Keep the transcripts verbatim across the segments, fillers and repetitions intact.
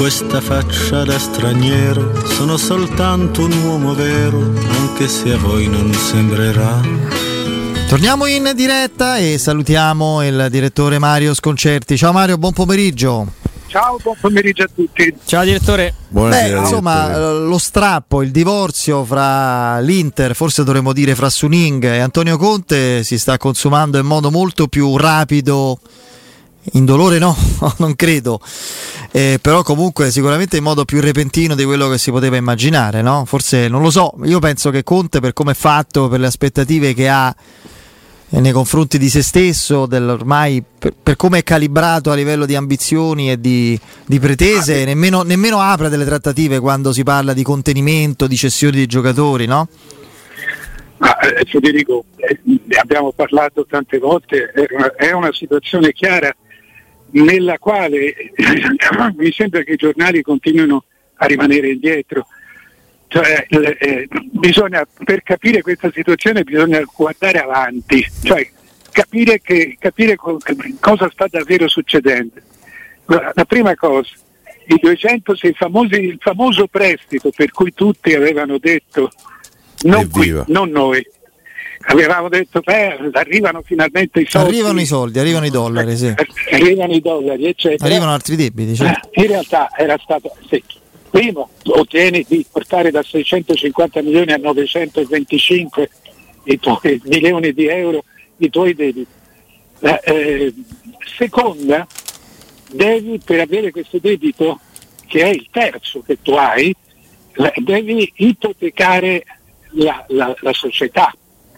questa faccia da straniero, sono soltanto un uomo vero, anche se a voi non sembrerà. Torniamo in diretta e salutiamo il direttore Mario Sconcerti. Ciao Mario, buon pomeriggio. Ciao, buon pomeriggio a tutti. Ciao direttore. Buonasera. Beh, insomma, direttore. Lo strappo, il divorzio fra l'Inter, forse dovremmo dire fra Suning e Antonio Conte, si sta consumando in modo molto più rapido. Indolore no, non credo, eh, però comunque sicuramente in modo più repentino di quello che si poteva immaginare, no? Forse, non lo so, io penso che Conte, per come è fatto, per le aspettative che ha nei confronti di se stesso, del, ormai per, per come è calibrato a livello di ambizioni e di, di pretese, nemmeno, nemmeno apre delle trattative quando si parla di contenimento, di cessioni di giocatori, no? Ma, eh, Federico, eh, ne abbiamo parlato tante volte, è una, è una situazione chiara nella quale eh, mi sembra che i giornali continuino a rimanere indietro. Cioè, eh, bisogna, per capire questa situazione bisogna guardare avanti, cioè capire, che, capire co- cosa sta davvero succedendo. La, la prima cosa, i duecento, i famosi, il famoso prestito per cui tutti avevano detto, non, qui, non noi, avevamo detto beh, arrivano finalmente i soldi. Arrivano i soldi, arrivano i dollari, sì. Arrivano i dollari, eccetera. Arrivano altri debiti, certo. In realtà era stato... Sì. Primo, ottieni di portare da seicentocinquanta milioni a novecentoventicinque i tuoi milioni di euro i tuoi debiti. Eh, eh, seconda, devi, per avere questo debito, che è il terzo che tu hai, devi ipotecare la, la, la società.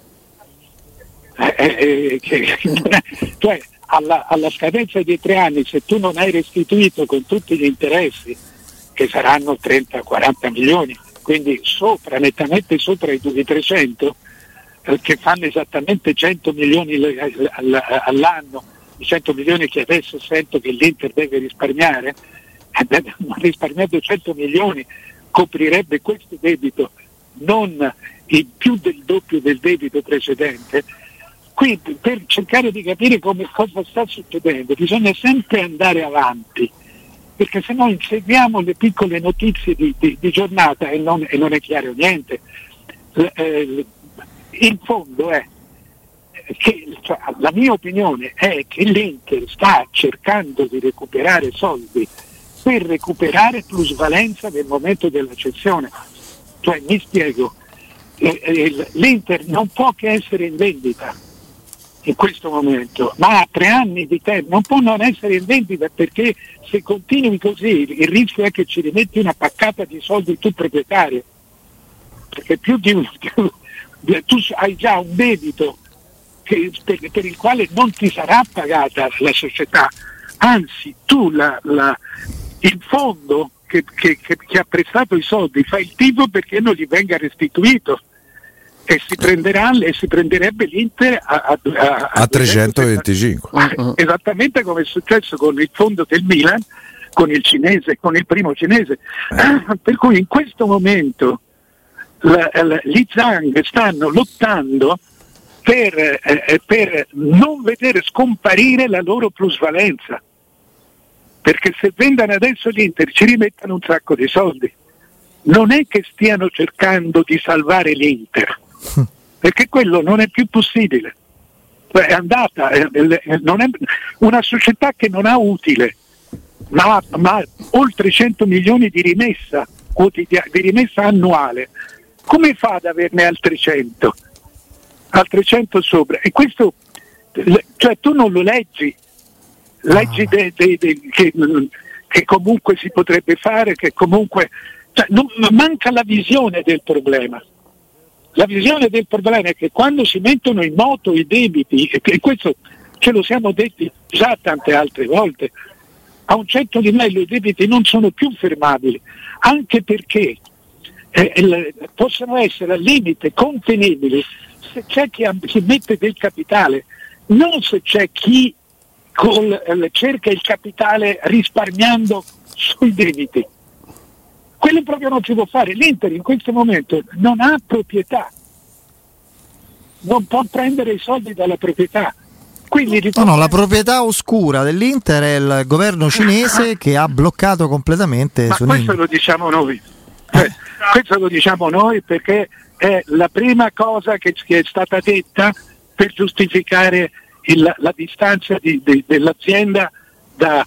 Eh, eh, che, cioè, alla, alla scadenza di tre anni, se tu non hai restituito con tutti gli interessi, che saranno trenta quaranta milioni, quindi sopra, nettamente sopra i trecento, eh, che fanno esattamente cento milioni all'anno, i cento milioni che adesso sento che l'Inter deve risparmiare, eh, risparmiando cento milioni coprirebbe questo debito, non il più del doppio del debito precedente. Quindi per cercare di capire come, cosa sta succedendo bisogna sempre andare avanti, perché se no inseguiamo le piccole notizie di, di, di giornata e non, e non è chiaro niente. Eh, il fondo è che, cioè, la mia opinione è che l'Inter sta cercando di recuperare soldi per recuperare plusvalenza nel momento della cessione. Cioè, mi spiego, eh, eh, l'Inter non può che essere in vendita in questo momento, ma ha tre anni di tempo, non può non essere in vendita, perché se continui così il rischio è che ci rimetti una paccata di soldi tu proprietario, perché più di un, più, tu hai già un debito che, per, per il quale non ti sarà pagata la società, anzi tu la, la, il fondo che, che, che, che ha prestato i soldi fa il tifo perché non gli venga restituito. E si prenderà e si prenderebbe l'Inter a, a, a, a trecentoventicinque, uh-huh. Esattamente come è successo con il fondo del Milan, con il cinese, con il primo cinese. Eh. Per cui in questo momento la, la, gli Zhang stanno lottando per, eh, per non vedere scomparire la loro plusvalenza, perché se vendono adesso l'Inter ci rimettono un sacco di soldi. Non è che stiano cercando di salvare l'Inter, perché quello non è più possibile, è andata, non è una società che non ha utile, ma, ma oltre cento milioni di rimessa quotidiana, di rimessa annuale. Come fa ad averne altri cento? Altri cento sopra? E questo, cioè tu non lo leggi, leggi de, de, de, che, che comunque si potrebbe fare, che comunque, cioè, non, manca la visione del problema. La visione del problema è che quando si mettono in moto i debiti, e questo ce lo siamo detti già tante altre volte, a un certo livello i debiti non sono più fermabili, anche perché eh, possono essere al limite contenibili se c'è chi, chi mette del capitale, non se c'è chi col, eh, cerca il capitale risparmiando sui debiti. Quello proprio non si può fare. L'Inter in questo momento non ha proprietà, non può prendere i soldi dalla proprietà. quindi no, no, la proprietà oscura dell'Inter è il governo cinese che ha bloccato completamente ma Suning. questo lo diciamo noi, eh, questo lo diciamo noi perché è la prima cosa che, che è stata detta per giustificare il, la distanza di, di, dell'azienda da.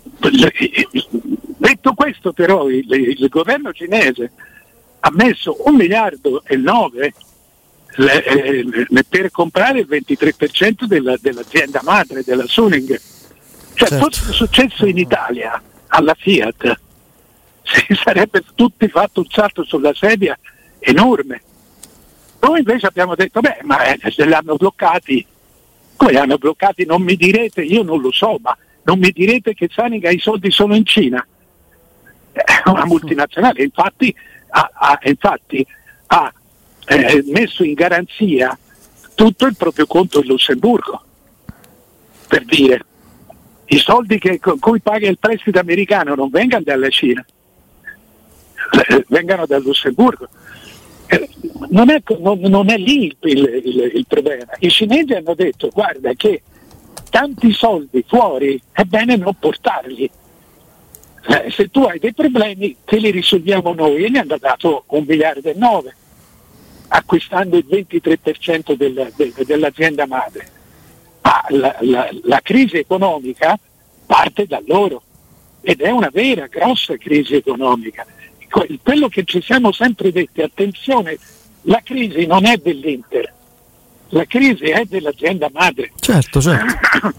Detto questo, però, il, il governo cinese ha messo un miliardo e nove le, le, per comprare il ventitré per cento della, dell'azienda madre della Suning. Cioè, certo. Fosse successo in Italia alla Fiat, si sarebbe tutti fatto un salto sulla sedia enorme. Noi invece abbiamo detto, beh, ma eh, se li hanno bloccati, come li hanno bloccati? Non mi direte, io non lo so, ma non mi direte che Suning ha i soldi solo in Cina. È una multinazionale, infatti ha, ha, infatti, ha eh, messo in garanzia tutto il proprio conto in Lussemburgo, per dire, i soldi che, con cui paga il prestito americano non vengano dalla Cina, eh, vengano dal Lussemburgo. Eh, non, è, non, non è lì il, il, il, il problema. I cinesi hanno detto, guarda che tanti soldi fuori è bene non portarli, eh, se tu hai dei problemi te li risolviamo noi, e ne hanno dato un miliardo e nove acquistando il ventitré per cento del, del, dell'azienda madre. Ma la, la, la crisi economica parte da loro ed è una vera grossa crisi economica. Quello che ci siamo sempre detti, attenzione, la crisi non è dell'Inter, la crisi è dell'azienda madre. Certo, certo.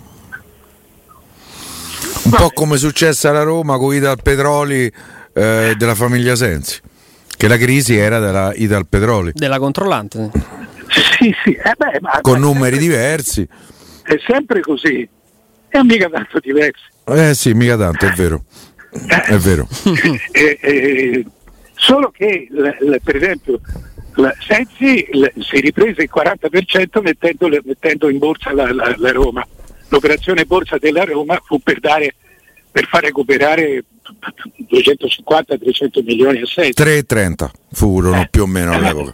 Un po' come è successo alla Roma con Italpetroli eh, della famiglia Sensi, che la crisi era della Italpetroli, della controllante. Sì, sì, eh beh, ma, con ma numeri sempre, diversi. È sempre così, è mica tanto diversi. Eh sì, mica tanto, è vero. È vero. eh, eh, solo che l- l- per esempio la Sensi l- si riprese il quaranta per cento mettendo, mettendo in borsa la, la, la Roma. L'operazione borsa della Roma fu per dare per far recuperare duecentocinquanta trecento milioni a Sensi. tre e trenta furono eh. più o meno all'epoca.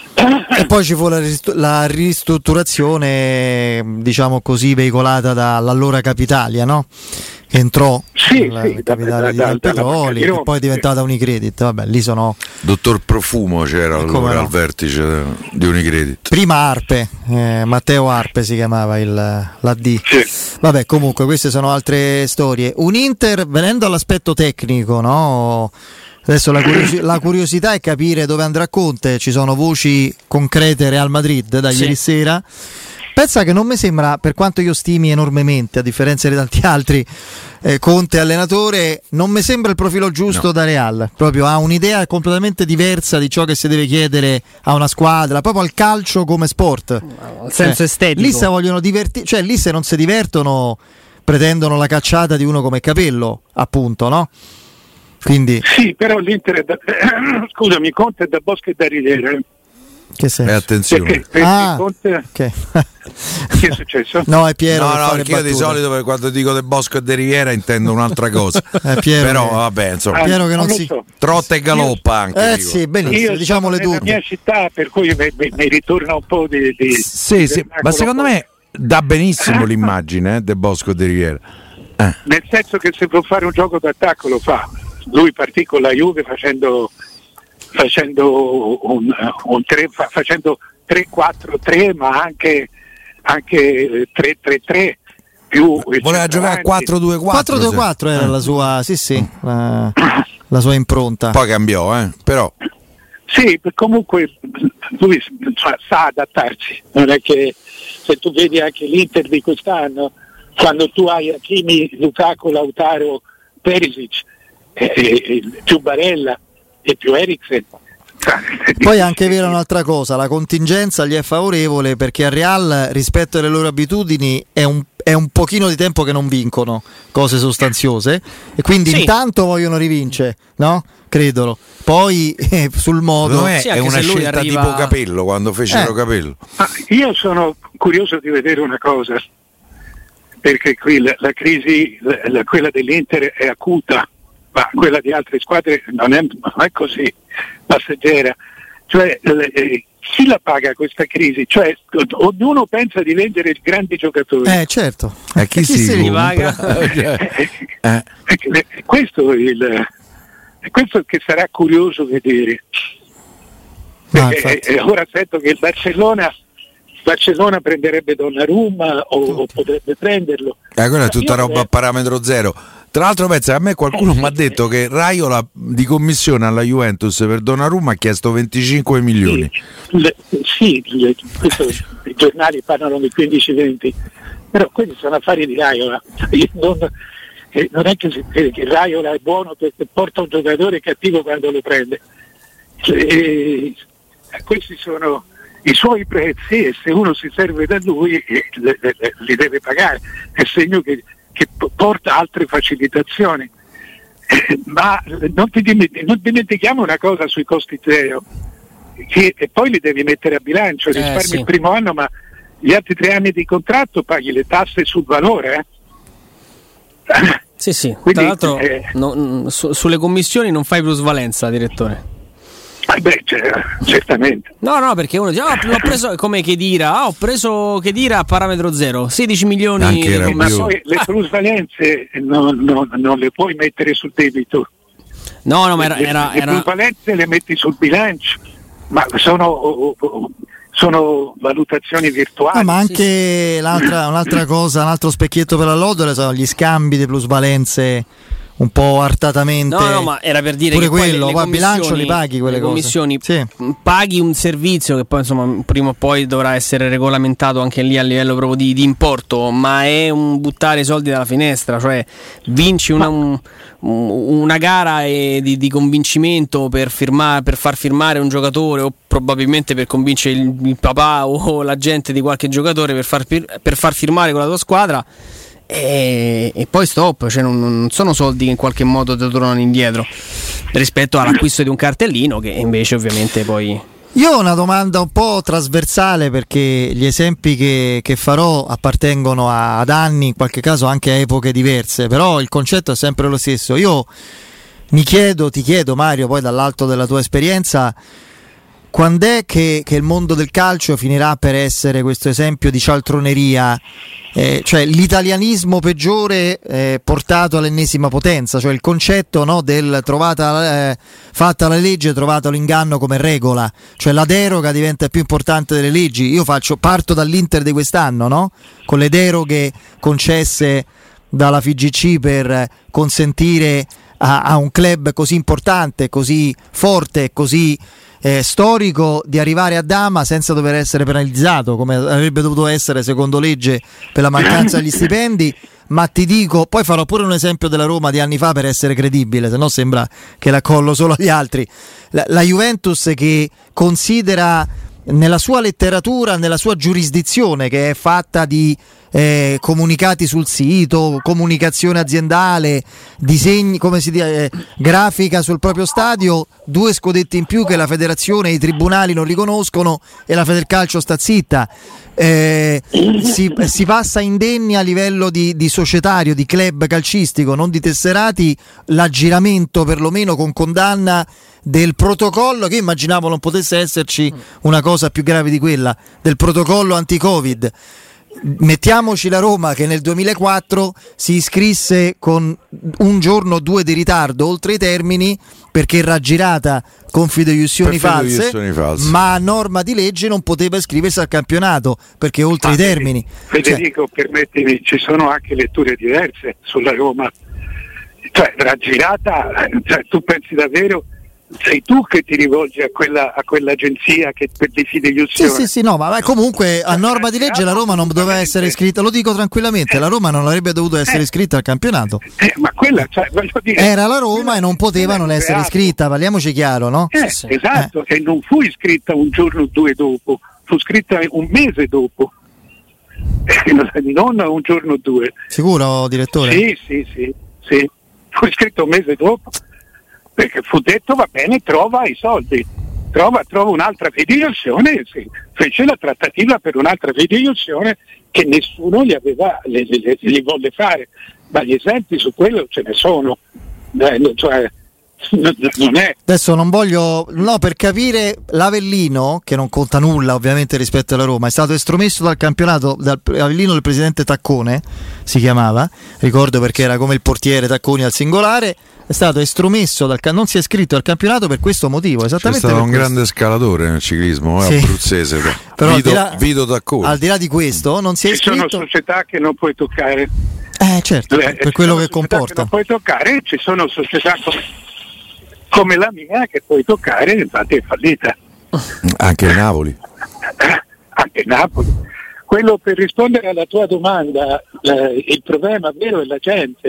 E poi ci fu la, rist- la ristrutturazione, diciamo così, veicolata dall'allora Capitalia, no? Che entrò sì, la sì, capitale da, da, di Petroli, che poi è diventata sì. Unicredit. Vabbè, lì sono. Dottor Profumo c'era allora no? al vertice di Unicredit. Prima Arpe, eh, Matteo Arpe si chiamava il, l'A D. Sì. Vabbè, comunque queste sono altre storie. Un Inter, venendo all'aspetto tecnico, no? Adesso la, curiosi- la curiosità è capire dove andrà Conte. Ci sono voci concrete Real Madrid da sì. ieri sera. Pensa che non mi sembra, per quanto io stimi enormemente, a differenza di tanti altri, eh, Conte allenatore, non mi sembra il profilo giusto no. da Real. Proprio ha un'idea completamente diversa di ciò che si deve chiedere a una squadra, proprio al calcio come sport. No, il senso eh, estetico. Lì se vogliono divertire, cioè lì se non si divertono pretendono la cacciata di uno come Capello, appunto, no? Quindi Sì, però l'Inter è da, eh, scusami, Conte è da Bosco e da Riviera. che E senso? attenzione. Perché, perché Ah, Conte okay. che è successo? No, è Piero. No, che no, fa le perché io di battute. solito per- quando dico De Bosco e De Riviera intendo un'altra cosa. È Piero Però che- vabbè, insomma, Ah, Piero che non lo si- so. trotta e galoppa anche. Eh dico. sì, benissimo, Io diciamo sono le nella turne. mia città, per cui mi, mi, mi ritorna un po' di, di Sì, di sì, ma vernaculo secondo me dà benissimo l'immagine eh, De Bosco e De Riviera. Eh. nel senso che se può fare un gioco d'attacco lo fa. Lui partì con la Juve facendo facendo un, un tre, fa, facendo tre quattro tre, ma anche anche tre tre tre più Voleva giocare a quattro due quattro. quattro due quattro era Eh. la sua, sì sì, la, la sua impronta. Poi cambiò, eh, però Sì, comunque lui sa, sa adattarsi, non è che se tu vedi anche l'Inter di quest'anno, quando tu hai Hakimi, Lukaku, Lautaro, Perisic, eh, eh, più Barella e più Eriksen. Poi è anche vero un'altra cosa, la contingenza gli è favorevole perché a Real rispetto alle loro abitudini è un, è un pochino di tempo che non vincono cose sostanziose e quindi Sì. intanto vogliono rivincere, no? Credono. Poi eh, sul modo secondo me Sì, è anche una se lui scelta arriva- tipo Capello quando fecero Eh. Capello. Ah, io sono curioso di vedere una cosa, perché qui la, la crisi, la, la- quella dell'Inter è acuta, ma quella di altre squadre non è, non è così passeggera. Cioè, eh, chi la paga questa crisi? Cioè ognuno pensa di vendere grandi giocatori. Eh certo. A chi, chi si, si paga? eh. Questo è il è questo che sarà curioso vedere. Ah, eh, eh, ora sento che il Barcellona Barcellona prenderebbe Donnarumma o, o potrebbe prenderlo. Eh, quella è tutta roba eh, a parametro zero. Tra l'altro pensa, a me qualcuno mi ha detto che Raiola di commissione alla Juventus per Donnarumma ha chiesto venticinque milioni. Sì, le, sì le, questo, i giornali parlano di quindici venti, però quelli sono affari di Raiola. Io non, eh, non è che, si, che Raiola è buono perché porta un giocatore cattivo quando lo prende. E, questi sono i suoi prezzi e se uno si serve da lui eh, le, le, le, li deve pagare, è segno che, che porta altre facilitazioni. Eh, ma non, ti dimentichiamo, non dimentichiamo una cosa sui costi zero, che e poi li devi mettere a bilancio, risparmi eh, sì. il primo anno, ma gli altri tre anni di contratto paghi le tasse sul valore. Eh? Sì, sì. Quindi, Tra l'altro eh, no, su, sulle commissioni non fai plusvalenza, direttore. Eh beh, certamente. No, no, perché uno dice, oh, ho preso come Khedira, ah, ho preso Khedira a parametro zero, sedici milioni. Anche era Ma più. poi le plusvalenze non, non, non le puoi mettere sul debito. No, no, ma era... era, le, era... le plusvalenze le metti sul bilancio, ma sono, sono valutazioni virtuali. No, ma anche sì, sì. L'altra, un'altra cosa, un altro specchietto per la lodole sono gli scambi di plusvalenze un po' artatamente. No, no, ma era per dire pure che poi quello, le, le poi a bilancio li paghi quelle le cose. commissioni, sì. Paghi un servizio che poi insomma prima o poi dovrà essere regolamentato anche lì a livello proprio di, di importo, ma è un buttare i soldi dalla finestra, cioè vinci una, un, una gara e di, di convincimento per, firmare, per far firmare un giocatore o probabilmente per convincere il, il papà o l'agente di qualche giocatore per far, per far firmare con la tua squadra. E, e poi stop, cioè non, non sono soldi che in qualche modo ti tornano indietro rispetto all'acquisto di un cartellino che invece ovviamente poi... Io ho una domanda un po' trasversale perché gli esempi che, che farò appartengono a, ad anni, in qualche caso anche a epoche diverse, però il concetto è sempre lo stesso. Io mi chiedo, ti chiedo Mario, poi dall'alto della tua esperienza, quando è che, che il mondo del calcio finirà per essere questo esempio di cialtroneria, eh, cioè l'italianismo peggiore eh, portato all'ennesima potenza, cioè il concetto, no, del trovata eh, fatta la legge, trovato l'inganno come regola, cioè la deroga diventa più importante delle leggi. Io faccio parto dall'Inter di quest'anno, no? Con le deroghe concesse dalla F I G C per consentire a, a un club così importante, così forte, così Eh, storico di arrivare a Dama senza dover essere penalizzato come avrebbe dovuto essere secondo legge per la mancanza degli stipendi. Ma ti dico, poi farò pure un esempio della Roma di anni fa per essere credibile, se no sembra che la collo solo agli altri. La, la Juventus che considera nella sua letteratura, nella sua giurisdizione, che è fatta di eh, comunicati sul sito, comunicazione aziendale, disegni, come si dice, eh, grafica sul proprio stadio, due scudetti in più che la federazione e i tribunali non riconoscono e la Federcalcio sta zitta. Eh, si, si passa indenni a livello di, di societario, di club calcistico, non di tesserati, l'aggiramento perlomeno con condanna del protocollo, che immaginavo non potesse esserci una cosa più grave di quella, del protocollo anti-Covid. Mettiamoci la Roma che nel duemilaquattro si iscrisse con un giorno o due di ritardo oltre i termini perché era girata con fideiussioni false, false, ma a norma di legge non poteva iscriversi al campionato perché oltre ah, i termini. Federico, cioè, permettimi, ci sono anche letture diverse sulla Roma, cioè raggirata, cioè, tu pensi davvero? Sei tu che ti rivolgi a quella a quell'agenzia che per le fideiussioni? Sì, sì, sì, no, ma comunque a norma di legge la Roma non doveva essere iscritta, lo dico tranquillamente, la Roma non avrebbe dovuto essere iscritta al campionato. Eh, ma quella, cioè, voglio dire, era la Roma e non poteva non essere iscritta, parliamoci chiaro, no? Eh, sì, sì. Esatto, eh. E non fu iscritta un giorno o due dopo, fu iscritta un mese dopo, non un giorno o due. Sicuro, direttore? Sì, sì, sì, sì, fu iscritta un mese dopo. Perché fu detto va bene, trova i soldi, trova, trova un'altra fideiussione, sì. Fece la trattativa per un'altra fideiussione che nessuno gli aveva, le, le, gli volle fare, ma gli esempi su quello ce ne sono, eh, cioè non è. Adesso non voglio, no, per capire, l'Avellino, che non conta nulla ovviamente rispetto alla Roma, è stato estromesso dal campionato, dal Avellino del presidente Taccone si chiamava, ricordo perché era come il portiere Tacconi al singolare, è stato estromesso dal non si è iscritto al campionato per questo motivo, esattamente. C'è stato per un questo. grande scalatore nel ciclismo, sì. eh, abruzzese, però Vito, al, di là, Vito Tacconi. Al di là di questo non si è Ci iscritto. sono società che non puoi toccare. Eh certo, Eh, per quello che società comporta. che non puoi toccare, ci sono società come, come la mia che puoi toccare, infatti è fallita. Anche il Napoli. Eh, anche Napoli. Quello, per rispondere alla tua domanda, eh, il problema vero è la gente.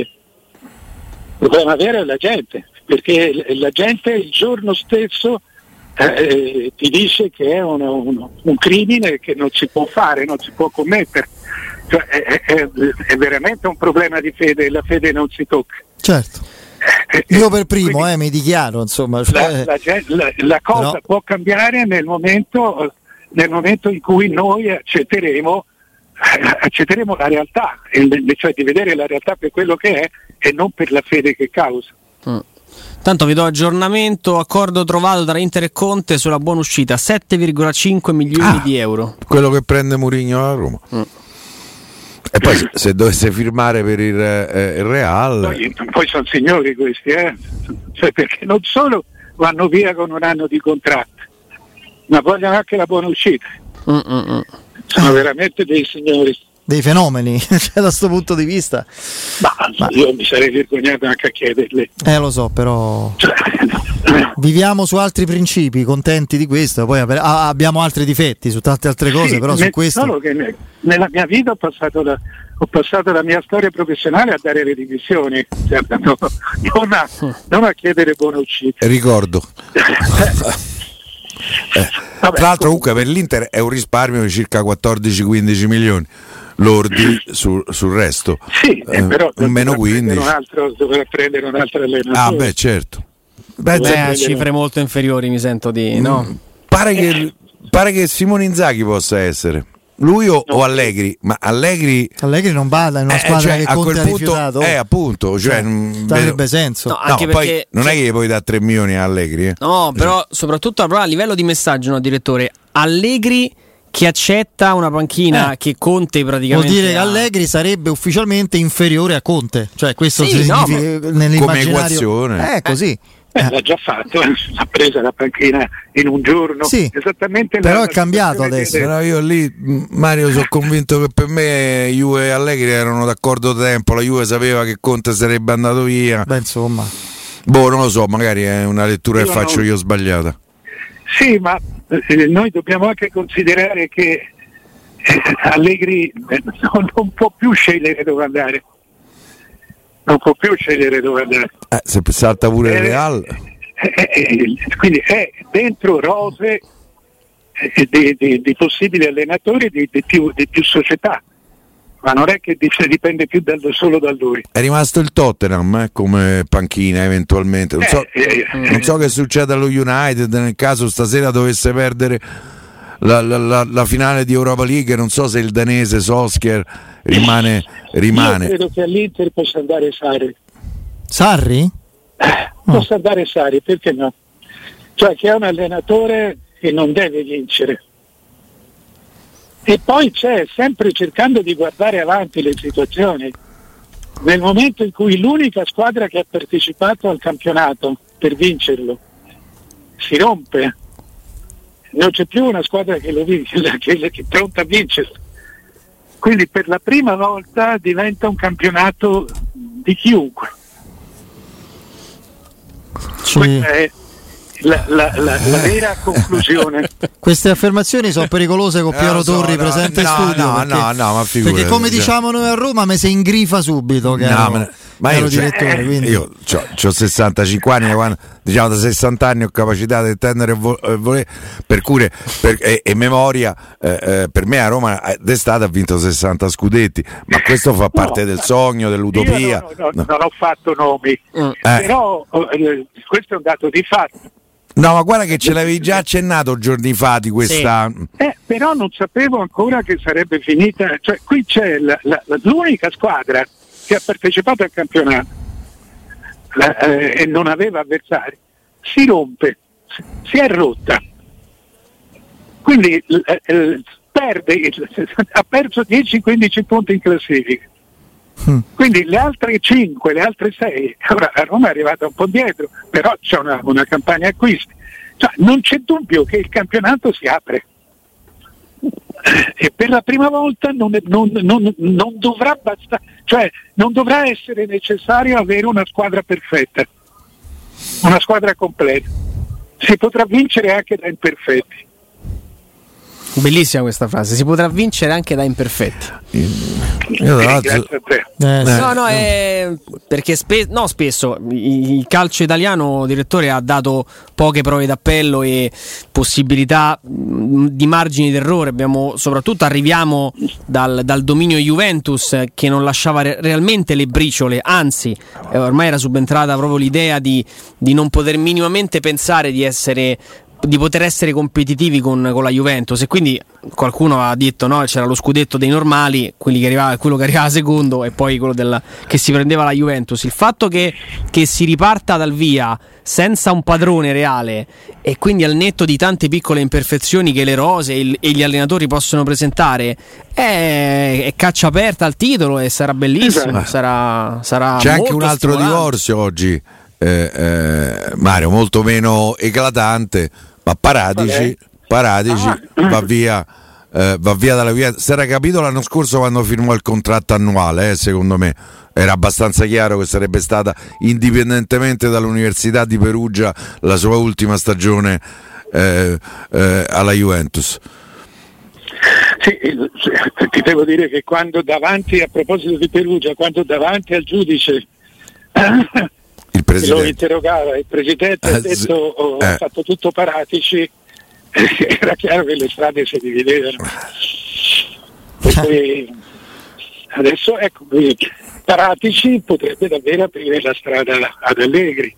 Il problema vero è la gente, perché la gente il giorno stesso eh, ti dice che è un, un, un crimine che non si può fare, non si può commettere. Cioè, è, è, è veramente un problema di fede, la fede non si tocca. Certo. Io per primo Quindi, eh, mi dichiaro, insomma. Cioè... La, la, la, la cosa no. può cambiare nel momento, nel momento in cui noi accetteremo, accetteremo la realtà, cioè di vedere la realtà per quello che è e non per la fede che causa. Mm. Tanto vi do aggiornamento, accordo trovato tra Inter e Conte sulla buona uscita, sette virgola cinque milioni ah, di euro. Quello che prende Mourinho a Roma. Mm. E poi se, se dovesse firmare per il, eh, il Real, poi, poi sono signori questi, eh? Cioè, perché non solo vanno via con un anno di contratto, ma vogliono anche la buona uscita. Mm-mm. Sono veramente dei signori, dei fenomeni, cioè, da questo punto di vista. Ma, ma io mi sarei vergognato anche a chiederle. Eh lo so, però cioè, viviamo su altri principi, contenti di questo, poi abbiamo altri difetti su tante altre cose, sì, però su questo. Solo che nella mia vita ho passato la, ho passato la mia storia professionale a dare le dimissioni, cioè, no, non, a, non a chiedere buona uscita. Ricordo. Eh, Vabbè, tra l'altro comunque per l'Inter è un risparmio di circa quattordici quindici milioni lordi sul, sul resto. Sì, eh, però un meno quindici. Un altro, dovrà prendere un altro allenatore. Ah beh certo. Beh, beh a cifre molto inferiori mi sento di no. Mm, pare, che, pare che Simone Inzaghi possa essere. Lui o, no. o Allegri, ma Allegri Allegri non vada in una squadra eh, cioè, che a Conte quel ha punto, rifiutato. Eh, appunto, cioè, cioè avrebbe senso. No, anche no, perché poi non è che gli puoi dare tre milioni a Allegri. Eh. No, però soprattutto però a livello di messaggio, no, direttore, Allegri che accetta una panchina eh. che Conte praticamente vuol dire ha... che Allegri sarebbe ufficialmente inferiore a Conte, cioè questo sì, significa no, nell'immaginario. Come equazione. Eh, così. Eh, l'ha già fatto, l'ha presa la panchina in un giorno, sì, esattamente. Però la, è cambiato adesso. Però io lì, Mario, sono convinto che per me Juve e Allegri erano d'accordo da tempo. La Juve sapeva che Conte sarebbe andato via. Beh, insomma. Boh, non lo so, magari è una lettura io che faccio non... io sbagliata. Sì, ma eh, noi dobbiamo anche considerare che eh, Allegri eh, non, non può più scegliere dove andare. Non può più scegliere dove andare. Eh, se salta pure il eh, Real. Eh, eh, quindi è dentro rose eh, di, di, di possibili allenatori di, di, più, di più società, ma non è che dipende più dal, solo da lui. È rimasto il Tottenham eh, come panchina eventualmente. Non so, eh, eh, non so che succede allo United nel caso stasera dovesse perdere la, la, la, la finale di Europa League. Non so se il danese Solskjaer rimane, rimane. Io credo che all'Inter possa andare Sarri. Sarri? Eh, possa andare Sarri, perché no? Cioè che è un allenatore che non deve vincere. E poi c'è sempre cercando di guardare avanti le situazioni. Nel momento in cui l'unica squadra che ha partecipato al campionato per vincerlo si rompe, non c'è più una squadra che lo vince, che è pronta a vincerlo. Quindi per la prima volta diventa un campionato di chiunque. Sì. Questa è la, la, la, la vera conclusione. Queste affermazioni sono pericolose con Piero eh, so, Torri no, presente no, in studio. No, perché, no, no, ma figurati, perché come cioè. diciamo noi a Roma mi si ingrifa subito che no, ero, ma, ma ero io, direttore. cioè, Quindi. io ho sessantacinque anni, quando, diciamo da sessanta anni ho capacità di intendere e vo- volere, per cui per, e, e memoria, eh, eh, per me a Roma d'estate ha vinto sessanta scudetti, ma questo fa parte no, del sogno, dell'utopia. Io no, no, no, non ho fatto nomi, mm. però eh, questo è un dato di fatto. No, ma guarda che ce l'avevi già accennato giorni fa di questa. Sì. Eh, però non sapevo ancora che sarebbe finita. Cioè, qui c'è la, la, l'unica squadra che ha partecipato al campionato. eh, e non aveva avversari, si rompe, si è rotta, quindi eh, eh, perde, ha perso dieci quindici punti in classifica. Mm. Quindi le altre cinque, le altre sei, ora a Roma è arrivata un po' dietro, però c'è una, una campagna acquisti, cioè, non c'è dubbio che il campionato si apre e per la prima volta non, non, non, non dovrà bastare, cioè non dovrà essere necessario avere una squadra perfetta, una squadra completa, si potrà vincere anche da imperfetti. Bellissima questa frase, si potrà vincere anche da imperfetti. Io eh, grazie a te. Eh, sì. No, no, è perché spe- no, spesso il calcio italiano, direttore, ha dato poche prove d'appello e possibilità di margini d'errore. Abbiamo, soprattutto arriviamo dal, dal dominio Juventus che non lasciava re- realmente le briciole, anzi eh, ormai era subentrata proprio l'idea di, di non poter minimamente pensare di essere di poter essere competitivi con, con la Juventus, e quindi qualcuno ha detto no, c'era lo scudetto dei normali, quelli che arrivava, quello che arrivava secondo e poi quello della, che si prendeva la Juventus. Il fatto che, che si riparta dal via senza un padrone reale e quindi al netto di tante piccole imperfezioni che le rose e, il, e gli allenatori possono presentare è, è caccia aperta al titolo e sarà bellissimo. Esatto. sarà, sarà C'è anche molto un altro stimolante. divorzio oggi, eh, eh, Mario, molto meno eclatante, ma Paratici, Paratici va via, eh, va via dalla via. Si era capito l'anno scorso quando firmò il contratto annuale, eh, secondo me era abbastanza chiaro che sarebbe stata, indipendentemente dall'Università di Perugia, la sua ultima stagione eh, eh, alla Juventus. Sì, ti devo dire che quando davanti, a proposito di Perugia, quando davanti al giudice Il presidente lo interrogava, il presidente ha detto ho eh. fatto tutto Paratici, era chiaro che le strade si dividevano. Per cui adesso ecco, Paratici potrebbe davvero aprire la strada ad Allegri.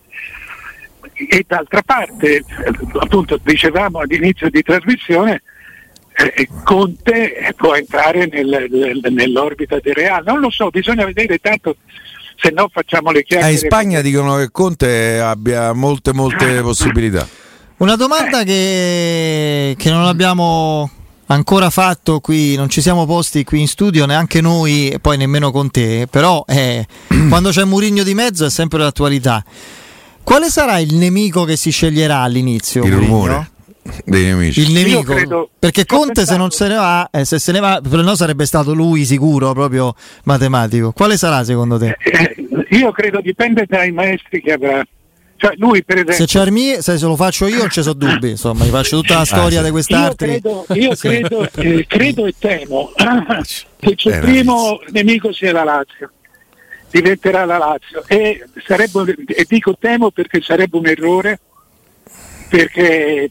E d'altra parte, appunto dicevamo all'inizio di trasmissione, eh, Conte può entrare nel, nel, nell'orbita del Real, non lo so, bisogna vedere, tanto se no facciamo le chiacchiere. Eh, in Spagna dicono che Conte abbia molte molte possibilità. Una domanda che, che non abbiamo ancora fatto qui, non ci siamo posti qui in studio neanche noi e poi nemmeno con te, però eh, quando c'è Mourinho di mezzo è sempre l'attualità. Quale sarà il nemico che si sceglierà all'inizio? Il Mourinho? rumore dei nemici. Il nemico, credo, perché Conte pensato, se non se ne va, eh, se se ne va, per noi sarebbe stato lui sicuro, proprio matematico. Quale sarà secondo te? Eh, io credo dipende dai maestri che avrà. Cioè lui per esempio, Se c'è Armì, se lo faccio io non ci sono dubbi, insomma, mi faccio tutta la storia Ah, sì. di io quest'altri. credo, io Sì. credo, eh, credo e temo che il Eh, primo nemico sia la Lazio, diventerà la Lazio e sarebbe, e dico temo perché sarebbe un errore, perché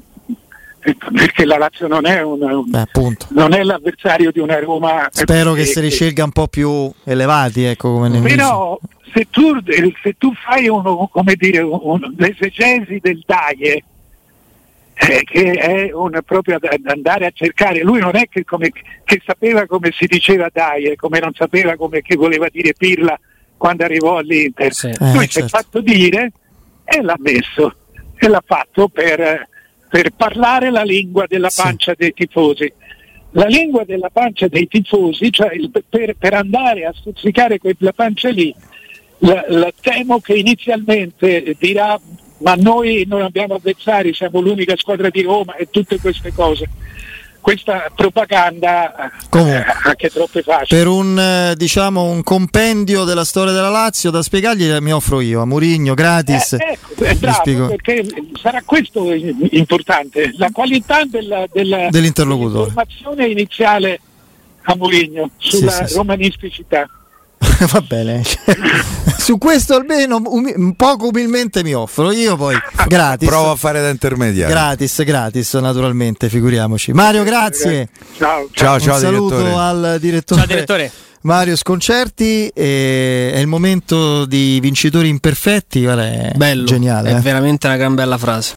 perché la Lazio non è un, un Beh, appunto. non è l'avversario di una Roma. Spero che eh, si riscelga un po' più elevati, ecco, come nemici. Però se tu, se tu fai uno, come dire, un, l'esegesi del Daie, eh, che è un, proprio ad, ad andare a cercare, lui non è che, come, che sapeva come si diceva Daie, come non sapeva come che voleva dire Pirla quando arrivò all'Inter. Sì. Eh, lui si è certo. fatto dire e l'ha messo, e l'ha fatto per, per parlare la lingua della pancia sì. dei tifosi. La lingua della pancia dei tifosi, cioè il, per, per andare a stuzzicare quella pancia lì, la, la temo che inizialmente dirà ma noi non abbiamo avversari, siamo l'unica squadra di Roma e tutte queste cose. Questa propaganda Comunque, eh, anche troppo facile. per un eh, diciamo un compendio della storia della Lazio da spiegargli mi offro io a Mourinho gratis. Eh, ecco, è Gli bravo, spiego. perché sarà questo importante, la qualità della, della Dell'interlocutore. informazione iniziale a Mourinho sulla Sì, sì, sì. romanisticità. Va bene. Su questo almeno umi- poco umilmente mi offro io, poi gratis. Provo a fare da intermediario. Gratis, gratis, naturalmente, figuriamoci. Mario, grazie. Ciao. Ciao, ciao Un saluto direttore. al direttore. Ciao direttore. Mario Sconcerti, e è il momento di vincitori imperfetti, guarda, è Bello, geniale. è eh. veramente una gran bella frase.